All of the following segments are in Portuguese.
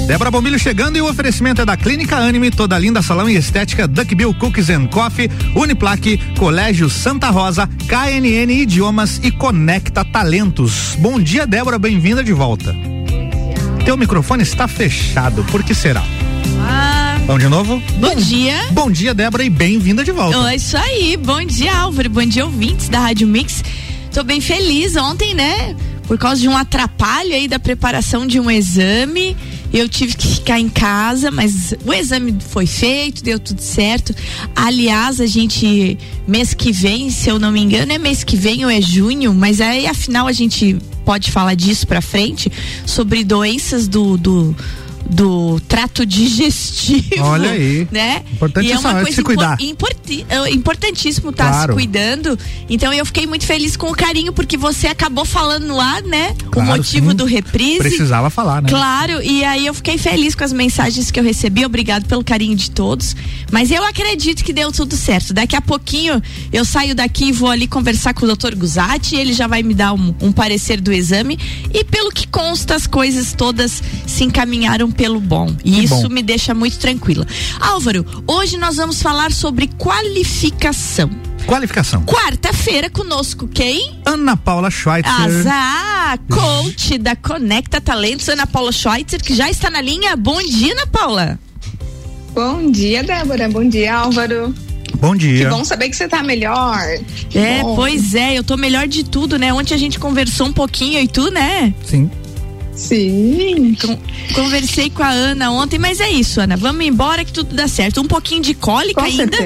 Débora Bombilho chegando e o oferecimento é da Clínica Anime, toda linda salão e estética, Duckbill Cookies and Coffee, Uniplaque, Colégio Santa Rosa, KNN Idiomas e Conecta Talentos. Bom dia, Débora, bem-vinda de volta. Teu microfone está fechado, por que será? Vamos de novo? Bom dia. Bom dia, Débora, e bem-vinda de volta. É isso aí, bom dia, Álvaro, bom dia, ouvintes da Rádio Mix. Tô bem feliz ontem, né? Por causa de um atrapalho aí da preparação de um exame, eu tive que ficar em casa, mas o exame foi feito, deu tudo certo. Aliás, a gente, mês que vem, se eu não me engano, é mês que vem ou é junho, mas aí afinal a gente pode falar disso pra frente, sobre doenças do trato digestivo. Olha aí. Né? Importante, e é uma coisa se cuidar. Importantíssimo estar se cuidando. Então eu fiquei muito feliz com o carinho, porque você acabou falando no ar, né? Claro, o motivo sim. do reprise. Precisava falar, né? Claro, e aí eu fiquei feliz com as mensagens que eu recebi. Obrigado pelo carinho de todos. Mas eu acredito que deu tudo certo. Daqui a pouquinho eu saio daqui e vou ali conversar com o Dr. Guzatti. Ele já vai me dar um parecer do exame. E pelo que consta, as coisas todas se encaminharam pelo bom. E isso me deixa muito tranquila. Álvaro, hoje nós vamos falar sobre qualificação. Quarta-feira conosco quem? Ana Paula Schweitzer. Coach da Conecta Talentos, Ana Paula Schweitzer, que já está na linha. Bom dia, Ana Paula. Bom dia, Débora. Bom dia, Álvaro. Bom dia. Que bom saber que você tá melhor. Pois é, eu tô melhor de tudo, né? Ontem a gente conversou um pouquinho, e tu, né? Sim. Conversei com a Ana ontem, mas é isso, Ana, vamos embora que tudo dá certo. Um pouquinho de cólica com ainda.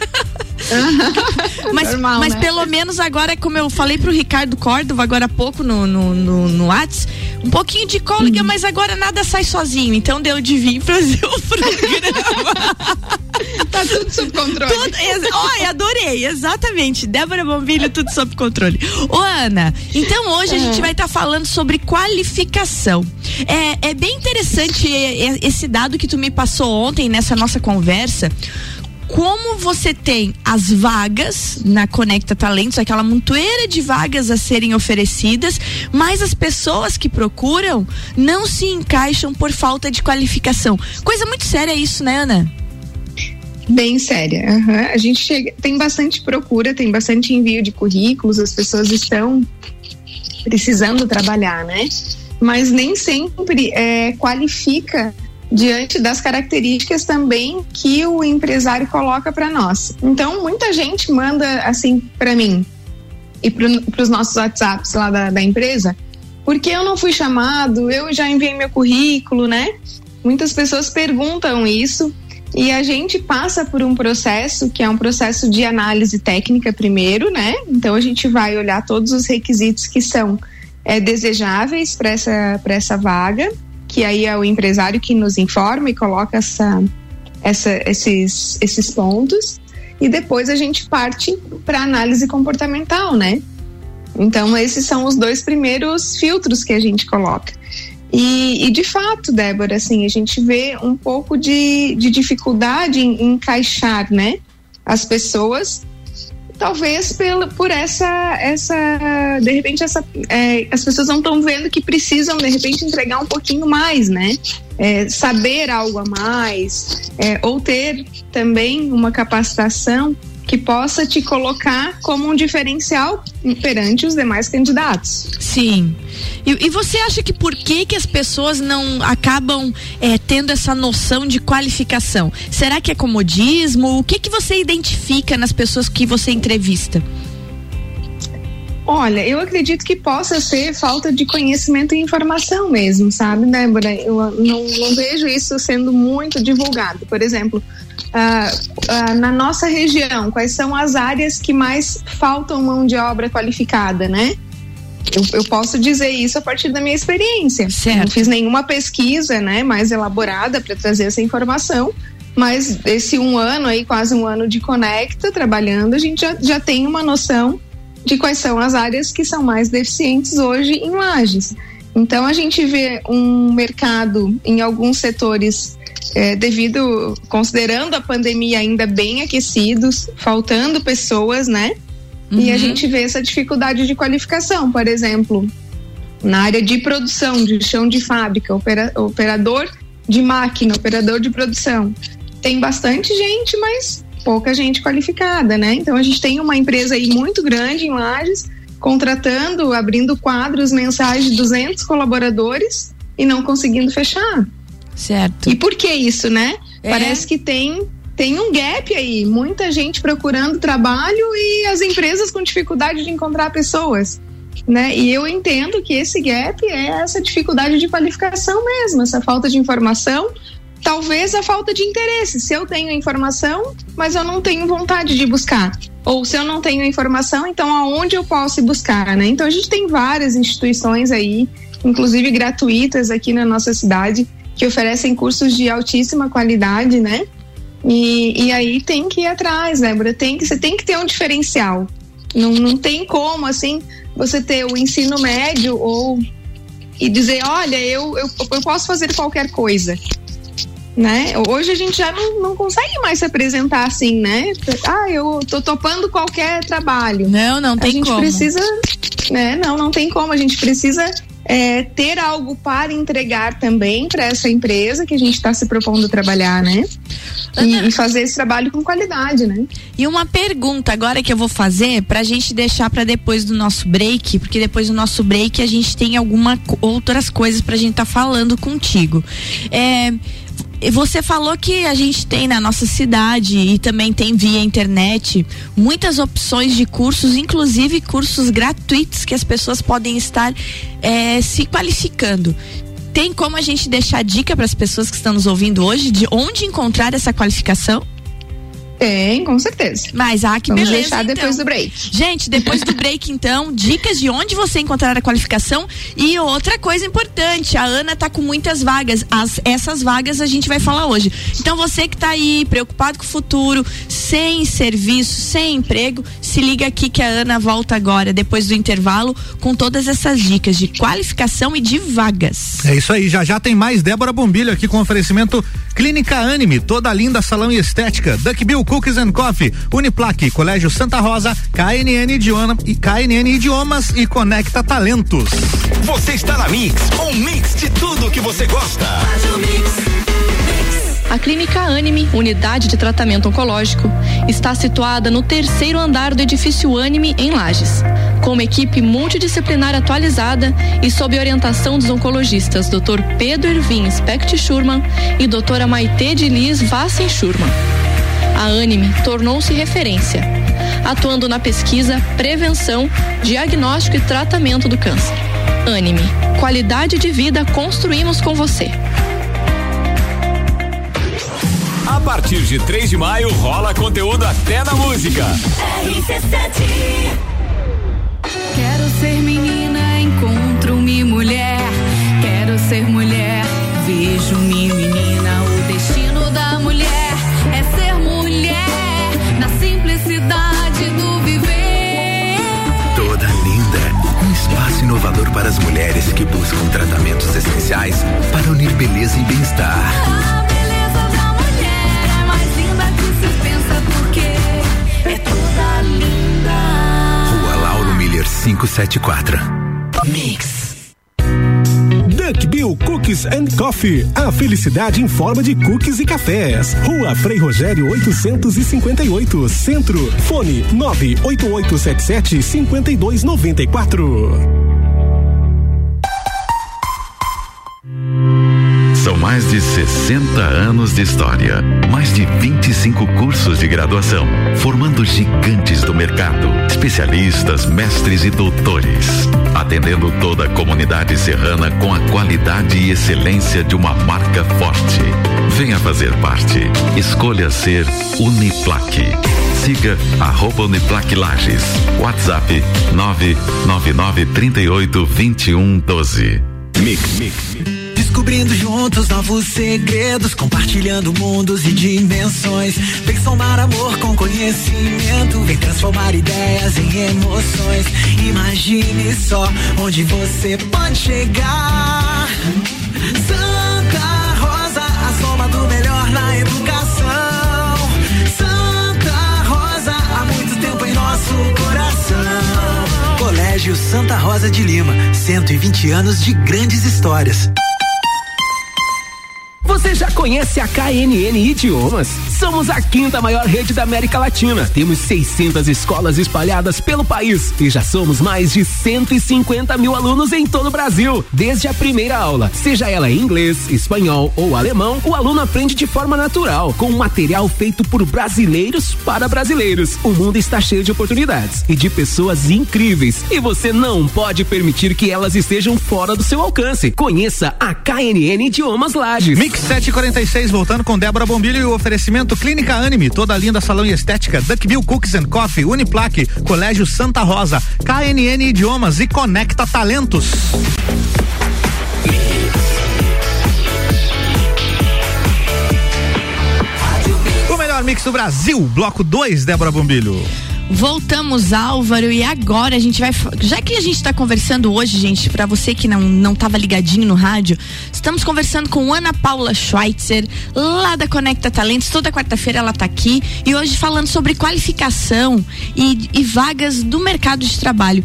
mas normal, mas né? Pelo menos agora, como eu falei pro Ricardo Córdova agora há pouco no Whats, um pouquinho de cólica, mas agora nada sai sozinho, então deu de vir fazer o programa. Tá tudo sob controle. Adorei, exatamente. Débora Bombilho, tudo sob controle. Ô, Ana, então hoje a gente vai estar falando sobre qualificação. É bem interessante esse dado que tu me passou ontem nessa nossa conversa. Como você tem as vagas na Conecta Talentos, aquela montoeira de vagas a serem oferecidas, mas as pessoas que procuram não se encaixam por falta de qualificação. Coisa muito séria isso, né, Ana? Bem séria. A gente tem bastante procura, tem bastante envio de currículos, as pessoas estão precisando trabalhar, né? Mas nem sempre qualifica diante das características também que o empresário coloca para nós. Então, muita gente manda assim para mim e para os nossos WhatsApps lá da empresa, porque eu não fui chamado, eu já enviei meu currículo, né? Muitas pessoas perguntam isso e a gente passa por um processo que é um processo de análise técnica primeiro, né? Então, a gente vai olhar todos os requisitos que são desejáveis para essa vaga, que aí é o empresário que nos informa e coloca esses pontos, e depois a gente parte para análise comportamental, né? Então esses são os dois primeiros filtros que a gente coloca. E de fato, Débora, assim, a gente vê um pouco de dificuldade em encaixar, né, as pessoas, talvez por essa de repente as pessoas não estão vendo que precisam de repente entregar um pouquinho mais, né? Saber algo a mais, ou ter também uma capacitação que possa te colocar como um diferencial perante os demais candidatos. Sim. E você acha que por que as pessoas não acabam tendo essa noção de qualificação? Será que é comodismo? O que você identifica nas pessoas que você entrevista? Olha, eu acredito que possa ser falta de conhecimento e informação mesmo, sabe, Débora? Eu não vejo isso sendo muito divulgado. Por exemplo, na nossa região, quais são as áreas que mais faltam mão de obra qualificada, né? Eu posso dizer isso a partir da minha experiência. Certo. Não fiz nenhuma pesquisa, né, mais elaborada para trazer essa informação, mas esse quase um ano de Conecta trabalhando, a gente já tem uma noção de quais são as áreas que são mais deficientes hoje em Lages. Então a gente vê um mercado em alguns setores considerando a pandemia ainda bem aquecidos, faltando pessoas, né? Uhum. E a gente vê essa dificuldade de qualificação, por exemplo, na área de produção, de chão de fábrica, operador de máquina, operador de produção. Tem bastante gente, mas pouca gente qualificada, né? Então a gente tem uma empresa aí muito grande em Lages, contratando, abrindo quadros mensais de 200 colaboradores e não conseguindo fechar. Certo. E por que isso, né? Parece que tem um gap aí, muita gente procurando trabalho e as empresas com dificuldade de encontrar pessoas, né? E eu entendo que esse gap é essa dificuldade de qualificação mesmo, essa falta de informação, talvez a falta de interesse. Se eu tenho informação, mas eu não tenho vontade de buscar, ou se eu não tenho informação, então aonde eu posso buscar, né? Então a gente tem várias instituições aí, inclusive gratuitas aqui na nossa cidade, que oferecem cursos de altíssima qualidade, né? E aí tem que ir atrás, né? Você tem que ter um diferencial. Não tem como, assim, você ter o ensino médio e dizer, olha, eu posso fazer qualquer coisa, né? Hoje a gente já não consegue mais se apresentar assim, né? Eu tô topando qualquer trabalho. Não tem como. A gente precisa, né? Não tem como, a gente precisa ter algo para entregar também para essa empresa que a gente está se propondo trabalhar, né? E fazer esse trabalho com qualidade, né? E uma pergunta agora que eu vou fazer pra gente deixar pra depois do nosso break, porque depois do nosso break a gente tem outras coisas pra gente tá falando contigo. Você falou que a gente tem na nossa cidade e também tem via internet muitas opções de cursos, inclusive cursos gratuitos que as pessoas podem estar se qualificando. Tem como a gente deixar dica para as pessoas que estão nos ouvindo hoje de onde encontrar essa qualificação? Tem, com certeza. Mas que vamos beleza, deixar então. Depois do break. Gente, depois do break, então, dicas de onde você encontrar a qualificação. E outra coisa importante, a Ana tá com muitas vagas. Essas vagas a gente vai falar hoje. Então você que tá aí preocupado com o futuro, sem serviço, sem emprego, se liga aqui que a Ana volta agora, depois do intervalo, com todas essas dicas de qualificação e de vagas. É isso aí, já tem mais Débora Bombilho aqui com oferecimento Clínica Anime, toda linda salão e estética, Duck Bill Cookies and Coffee, Uniplaque, Colégio Santa Rosa, KNN Idiomas e Conecta Talentos. Você está na Mix, um mix de tudo que você gosta. A Clínica Anime, unidade de tratamento oncológico, está situada no 3º andar do edifício Anime, em Lages. Com uma equipe multidisciplinar atualizada e sob orientação dos oncologistas Dr. Pedro Ervin Specht Schurman e doutora Maite de Liz Vassen Schurman. A Anime tornou-se referência, atuando na pesquisa, prevenção, diagnóstico e tratamento do câncer. Anime, qualidade de vida construímos com você. A partir de 3 de maio rola conteúdo até na música. RC7. Quero ser menina, encontro-me mulher. Quero ser mulher, vejo-me menina. O destino da mulher é ser mulher, na simplicidade do viver. Toda linda, um espaço inovador para as mulheres que buscam tratamentos essenciais para unir beleza e bem-estar. A beleza da mulher é mais linda que se pensa, porque é toda linda. Rua Lauro Miller 574. Mix. Duck Bill Cookies and Coffee, a felicidade em forma de cookies e cafés. Rua Frei Rogério 858, Centro. Fone 98877-5294. São mais de 60 anos de história, mais de 25 cursos de graduação, formando gigantes do mercado, especialistas, mestres e doutores, atendendo toda a comunidade serrana com a qualidade e excelência de uma marca forte. Venha fazer parte. Escolha ser Uniplaque. Siga @Uniplaque Lages. WhatsApp 999382112. Mix. Descobrindo juntos novos segredos, compartilhando mundos e dimensões. Vem somar amor com conhecimento, vem transformar ideias em emoções. Imagine só onde você pode chegar. Santa Rosa, a soma do melhor na educação. Santa Rosa, há muito tempo em nosso coração. Colégio Santa Rosa de Lima, 120 anos de grandes histórias. Você Você já conhece a KNN Idiomas? Somos a 5ª maior rede da América Latina. Temos 600 escolas espalhadas pelo país e já somos mais de 150 mil alunos em todo o Brasil. Desde a primeira aula, seja ela em inglês, espanhol ou alemão, o aluno aprende de forma natural, com um material feito por brasileiros para brasileiros. O mundo está cheio de oportunidades e de pessoas incríveis e você não pode permitir que elas estejam fora do seu alcance. Conheça a KNN Idiomas Lages. Mix 746, voltando com Débora Bombilho e o oferecimento Clínica Anime, toda linda salão e estética, Duckbill Cookies and Coffee, Uniplaque, Colégio Santa Rosa, KNN Idiomas e Conecta Talentos. O melhor mix do Brasil, bloco 2, Débora Bombilho. Voltamos, Álvaro, e agora a gente vai, já que a gente está conversando hoje, gente, para você que não estava ligadinho no rádio, estamos conversando com Ana Paula Schweitzer, lá da Conecta Talentos. Toda quarta-feira ela tá aqui e hoje falando sobre qualificação e vagas do mercado de trabalho.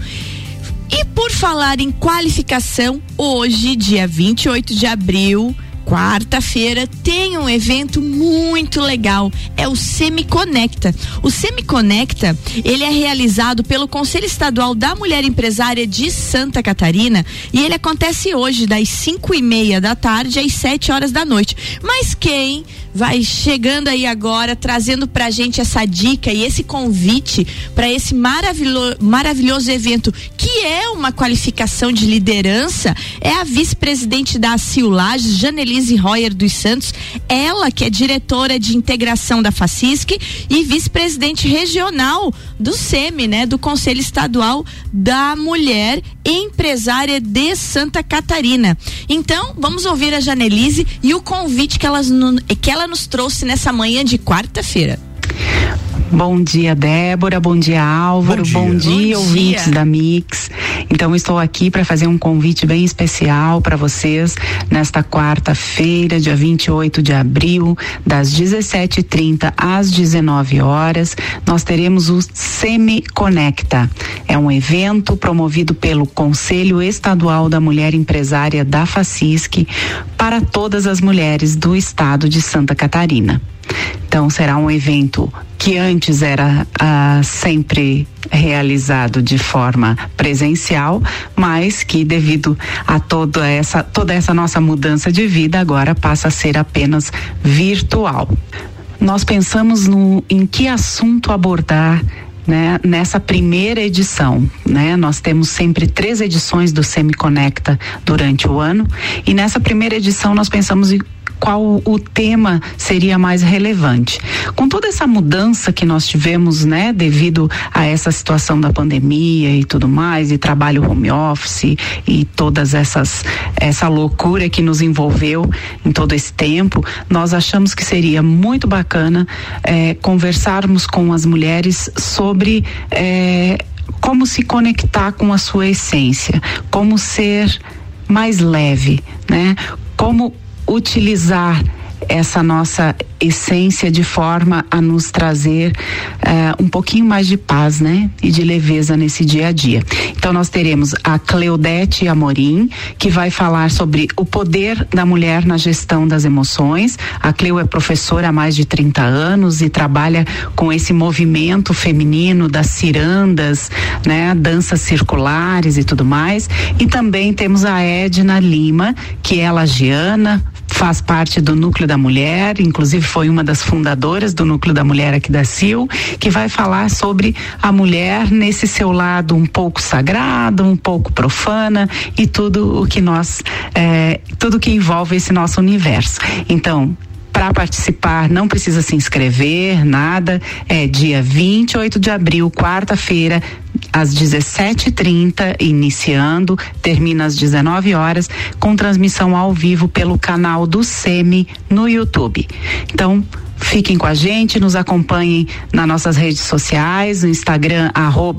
E por falar em qualificação, hoje, dia 28 de abril, quarta-feira, tem um evento muito legal, é o Semiconecta. O Semiconecta, ele é realizado pelo Conselho Estadual da Mulher Empresária de Santa Catarina e ele acontece hoje das 5:30 da tarde às 7 horas da noite. Mas quem vai chegando aí agora, trazendo pra gente essa dica e esse convite para esse maravilhoso evento, que é uma qualificação de liderança, é a vice-presidente da ACIL Lages, Janelise Royer dos Santos, ela que é diretora de integração da FACISC e vice-presidente regional do SEMI, né, do Conselho Estadual da Mulher Empresária de Santa Catarina. Então, vamos ouvir a Janelise e o convite que ela nos trouxe nessa manhã de quarta-feira. Bom dia, Débora, bom dia, Álvaro, bom dia, ouvintes da Mix. Então, estou aqui para fazer um convite bem especial para vocês nesta quarta-feira, dia 28 de abril, das 17h30 às 19 horas. Nós teremos o Semiconecta. É um evento promovido pelo Conselho Estadual da Mulher Empresária da FACISC para todas as mulheres do estado de Santa Catarina. Então, será um evento que antes era sempre realizado de forma presencial, mas que devido a toda essa nossa mudança de vida, agora passa a ser apenas virtual. Nós pensamos em que assunto abordar, né, nessa primeira edição, né? Nós temos sempre 3 edições do Semiconecta durante o ano e nessa primeira edição nós pensamos em qual o tema seria mais relevante. Com toda essa mudança que nós tivemos, né, devido a essa situação da pandemia e tudo mais, e trabalho home office e todas essa loucura que nos envolveu em todo esse tempo, nós achamos que seria muito bacana conversarmos com as mulheres sobre como se conectar com a sua essência, como ser mais leve, né? Como utilizar essa nossa essência de forma a nos trazer um pouquinho mais de paz, né? E de leveza nesse dia a dia. Então nós teremos a Cleudete Amorim, que vai falar sobre o poder da mulher na gestão das emoções. A Cleo é professora há mais de 30 anos e trabalha com esse movimento feminino das cirandas, né? Danças circulares e tudo mais. E também temos a Edna Lima, que é lagiana, faz parte do Núcleo da Mulher, inclusive foi uma das fundadoras do Núcleo da Mulher aqui da CIL, que vai falar sobre a mulher nesse seu lado um pouco sagrado, um pouco profana e tudo o que tudo que envolve esse nosso universo. Então, para participar, não precisa se inscrever, nada. É dia 28 de abril, quarta-feira, às 17h30, iniciando, termina às 19 horas, com transmissão ao vivo pelo canal do SEMI no YouTube. Então, fiquem com a gente, nos acompanhem nas nossas redes sociais, no Instagram,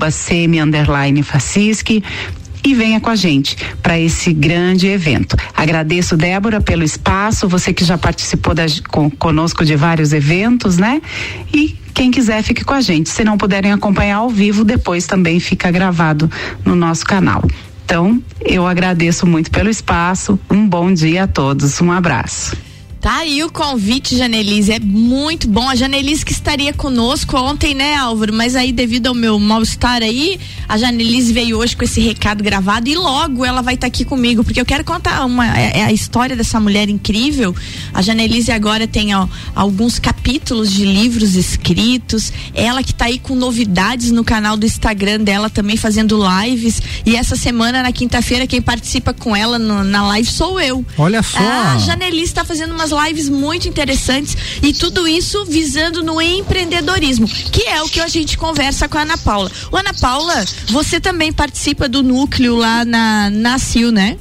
@semi_FACISC. E venha com a gente para esse grande evento. Agradeço, Débora, pelo espaço, você que já participou conosco de vários eventos, né? E quem quiser, fique com a gente. Se não puderem acompanhar ao vivo, depois também fica gravado no nosso canal. Então, eu agradeço muito pelo espaço. Um bom dia a todos. Um abraço. Tá aí o convite, Janelise, é muito bom. A Janelise que estaria conosco ontem, né, Álvaro? Mas aí, devido ao meu mal-estar aí, a Janelise veio hoje com esse recado gravado e logo ela vai estar aqui comigo, porque eu quero contar a história dessa mulher incrível. A Janelise agora tem alguns capítulos de livros escritos, ela que tá aí com novidades no canal do Instagram dela também, fazendo lives, e essa semana, na quinta-feira, quem participa com ela na live sou eu. Olha só! A Janelise tá fazendo umas lives muito interessantes e tudo isso visando no empreendedorismo, que é o que a gente conversa com a Ana Paula. Ô, Ana Paula, você também participa do núcleo lá na CIL, né?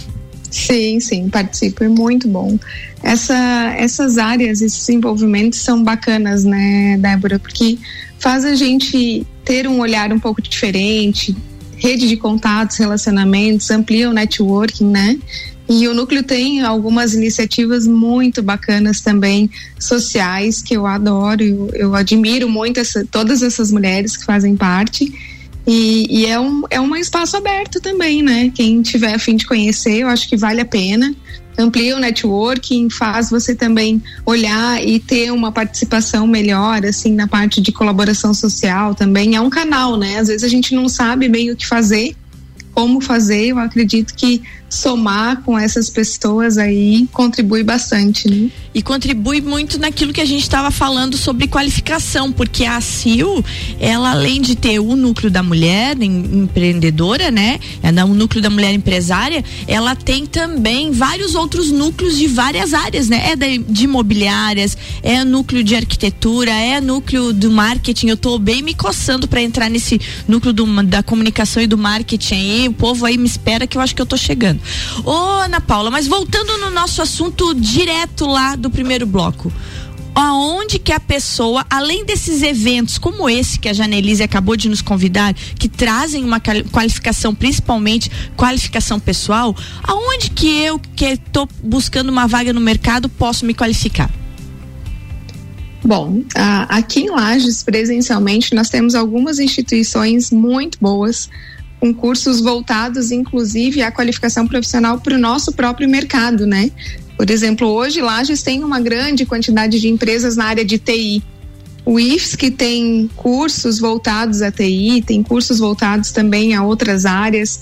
Sim, participo, é muito bom. Essas áreas, esses envolvimentos são bacanas, né, Débora? Porque faz a gente ter um olhar um pouco diferente, rede de contatos, relacionamentos, amplia o networking, né? E o núcleo tem algumas iniciativas muito bacanas também, sociais, que eu adoro, eu admiro muito todas essas mulheres que fazem parte. E é um espaço aberto também, né? Quem tiver a fim de conhecer, eu acho que vale a pena. Amplia o networking, faz você também olhar e ter uma participação melhor, assim, na parte de colaboração social também. É um canal, né? Às vezes a gente não sabe bem o que fazer, como fazer. Eu acredito que somar com essas pessoas aí contribui bastante, né? E contribui muito naquilo que a gente estava falando sobre qualificação, porque a CIL, ela além de ter o núcleo da mulher empreendedora, né? O núcleo da mulher empresária, ela tem também vários outros núcleos de várias áreas, né? De imobiliárias, é núcleo de arquitetura, é núcleo do marketing. Eu tô bem me coçando para entrar nesse núcleo da comunicação e do marketing aí. O povo aí me espera que eu acho que eu tô chegando. Ô, Ana Paula, mas voltando no nosso assunto direto lá do primeiro bloco, aonde que a pessoa, além desses eventos como esse que a Janelise acabou de nos convidar, que trazem uma qualificação, principalmente qualificação pessoal, aonde que eu, que estou buscando uma vaga no mercado, posso me qualificar? Bom, aqui em Lages, presencialmente, nós temos algumas instituições muito boas, com cursos voltados, inclusive, à qualificação profissional para o nosso próprio mercado, né? Por exemplo, hoje Lages tem uma grande quantidade de empresas na área de TI. O IFSC, que tem cursos voltados à TI, tem cursos voltados também a outras áreas.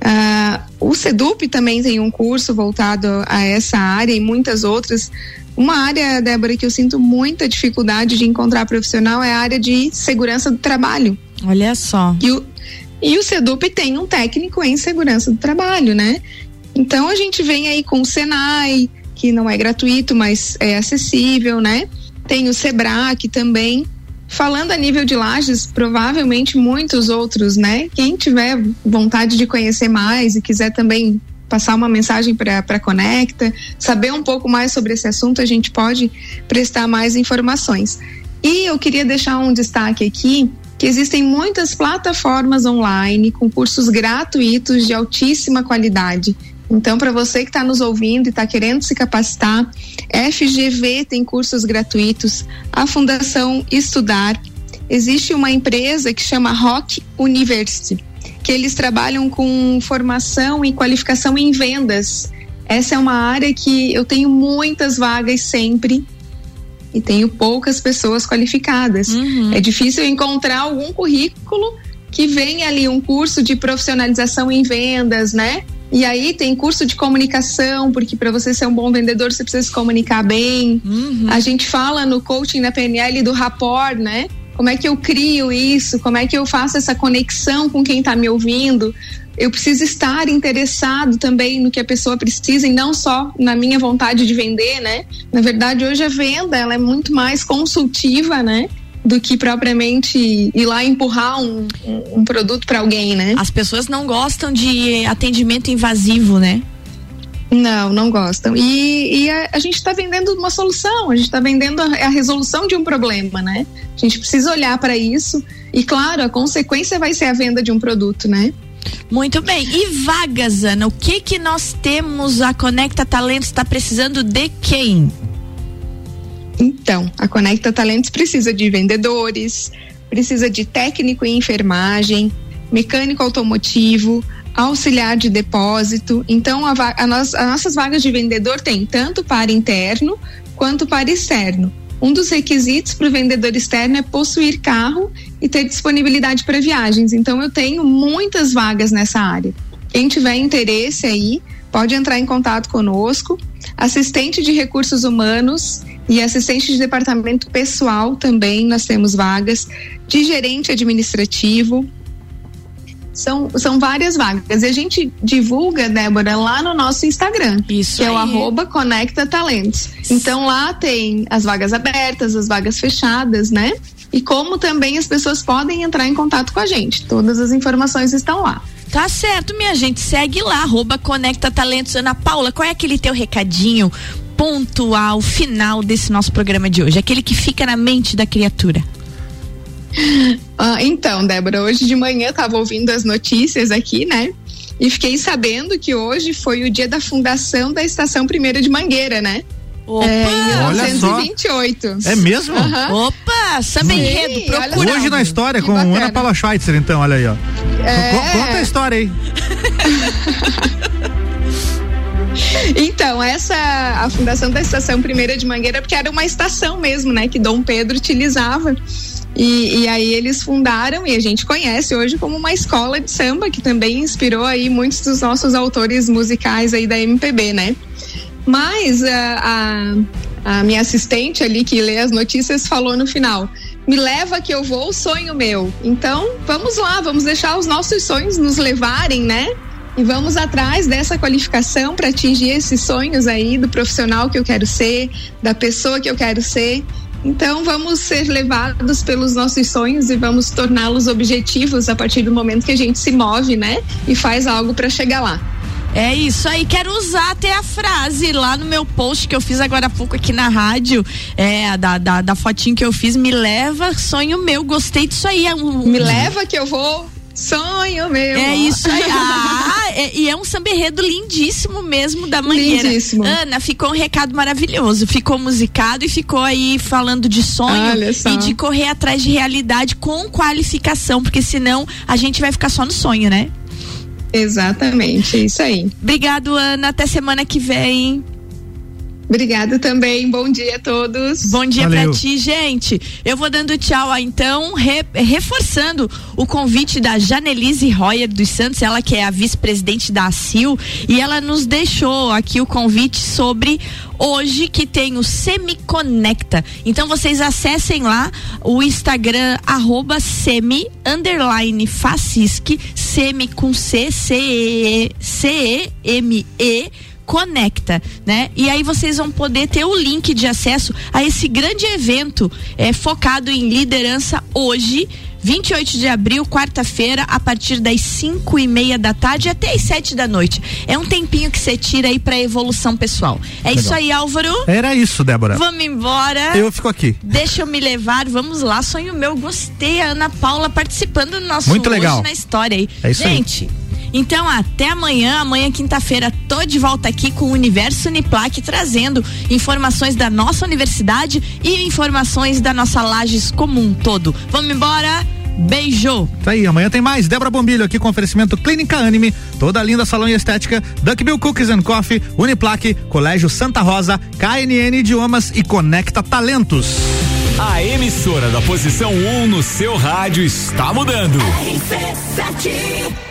O SEDUP também tem um curso voltado a essa área e muitas outras. Uma área, Débora, que eu sinto muita dificuldade de encontrar profissional é a área de segurança do trabalho. Olha só. E o SEDUP tem um técnico em segurança do trabalho, né? Então a gente vem aí com o Senai, que não é gratuito, mas é acessível, né? Tem o SEBRAC também. Falando a nível de Lages, provavelmente muitos outros, né? Quem tiver vontade de conhecer mais e quiser também passar uma mensagem para Conecta, saber um pouco mais sobre esse assunto, a gente pode prestar mais informações. E eu queria deixar um destaque aqui, que existem muitas plataformas online com cursos gratuitos de altíssima qualidade. Então, para você que está nos ouvindo e está querendo se capacitar, FGV tem cursos gratuitos, a Fundação Estudar. Existe uma empresa que chama Rock University, que eles trabalham com formação e qualificação em vendas. Essa é uma área que eu tenho muitas vagas sempre e tenho poucas pessoas qualificadas. É difícil encontrar algum currículo que venha ali um curso de profissionalização em vendas, né? E aí tem curso de comunicação, porque para você ser um bom vendedor você precisa se comunicar bem. A gente fala no coaching da PNL do rapport, né? Como é que eu crio isso? Como é que eu faço essa conexão com quem está me ouvindo? Eu preciso estar interessado também no que a pessoa precisa e não só na minha vontade de vender, né? Na verdade, hoje a venda, ela é muito mais consultiva, né? Do que propriamente ir lá empurrar um produto para alguém, né? As pessoas não gostam de atendimento invasivo, né? Não gostam. E a gente está vendendo uma solução, a gente está vendendo a resolução de um problema, né? A gente precisa olhar para isso e, claro, a consequência vai ser a venda de um produto, né? Muito bem. E vagas, Ana, o que nós temos? A Conecta Talentos está precisando de quem? Então, a Conecta Talentos precisa de vendedores, precisa de técnico em enfermagem, mecânico automotivo, auxiliar de depósito. Então, as nossas vagas de vendedor tem tanto para interno quanto para externo. Um dos requisitos para o vendedor externo é possuir carro e ter disponibilidade para viagens. Então, eu tenho muitas vagas nessa área. Quem tiver interesse aí, pode entrar em contato conosco. Assistente de recursos humanos e assistente de departamento pessoal também nós temos vagas. De gerente administrativo. São várias vagas. E a gente divulga, Débora, lá no nosso Instagram. Isso que aí. É o @conectatalentos. Então lá tem as vagas abertas, as vagas fechadas, né? E como também as pessoas podem entrar em contato com a gente. Todas as informações estão lá. Tá certo, minha gente. Segue lá, @conectatalentos. Ana Paula, qual é aquele teu recadinho pontual, final desse nosso programa de hoje? Aquele que fica na mente da criatura. Então, Débora, hoje de manhã eu tava ouvindo as notícias aqui, né? E fiquei sabendo que hoje foi o dia da fundação da Estação 1ª de Mangueira, né? Opa! Em 1928. É mesmo? Opa! Samba enredo, procura. Hoje na história Que com bacana. Ana Paula Schweitzer, então, olha aí, ó. Conta a história aí. Então, a fundação da Estação 1ª de Mangueira, porque era uma estação mesmo, né? Que Dom Pedro utilizava. E aí eles fundaram, e a gente conhece hoje como uma escola de samba, que também inspirou aí muitos dos nossos autores musicais aí da MPB, né? Mas a minha assistente ali que lê as notícias falou no final: me leva que eu vou, sonho meu. Então, vamos lá, vamos deixar os nossos sonhos nos levarem, né? E vamos atrás dessa qualificação para atingir esses sonhos aí do profissional que eu quero ser, da pessoa que eu quero ser. Então vamos ser levados pelos nossos sonhos e vamos torná-los objetivos a partir do momento que a gente se move, né? E faz algo para chegar lá. É isso aí, quero usar até a frase lá no meu post que eu fiz agora há pouco aqui na rádio, da fotinho que eu fiz, me leva, sonho meu, gostei disso aí. Me leva que eu vou, sonho meu. É isso aí. E é um samba enredo lindíssimo mesmo da Mangueira. Lindíssimo. Ana, ficou um recado maravilhoso, ficou musicado e ficou aí falando de sonho e de correr atrás de realidade com qualificação, porque senão a gente vai ficar só no sonho, né? Exatamente, é isso aí. Obrigado, Ana, até semana que vem. Obrigada também, bom dia a todos. Bom dia Valeu. pra ti, gente. Eu vou dando tchau, então, reforçando o convite da Janelise Royer dos Santos, ela que é a vice-presidente da ACIL, e ela nos deixou aqui o convite sobre hoje que tem o Semiconecta. Então vocês acessem lá o Instagram @semi_facisc, semi com CEME Conecta, né? E aí vocês vão poder ter o link de acesso a esse grande evento focado em liderança hoje, 28 de abril, quarta-feira, a partir das 5:30 da tarde até as 7 da noite. É um tempinho que você tira aí pra evolução pessoal. É Legal. Isso aí, Álvaro. Era isso, Débora. Vamos embora. Eu fico aqui. Deixa eu me levar, vamos lá, sonho meu, gostei. A Ana Paula participando do nosso Muito legal. Hoje na História aí. É isso Gente, aí. Então até amanhã, quinta-feira, tô de volta aqui com o Universo Uniplac, trazendo informações da nossa universidade e informações da nossa Lages como um todo. Vamos embora, beijo! Tá aí, amanhã tem mais. Débora Bombilho aqui com oferecimento Clínica Anime, toda linda salão e estética, Duckbill Cookies and Coffee, Uniplac, Colégio Santa Rosa, KNN Idiomas e Conecta Talentos. A emissora da posição 1 no seu rádio está mudando.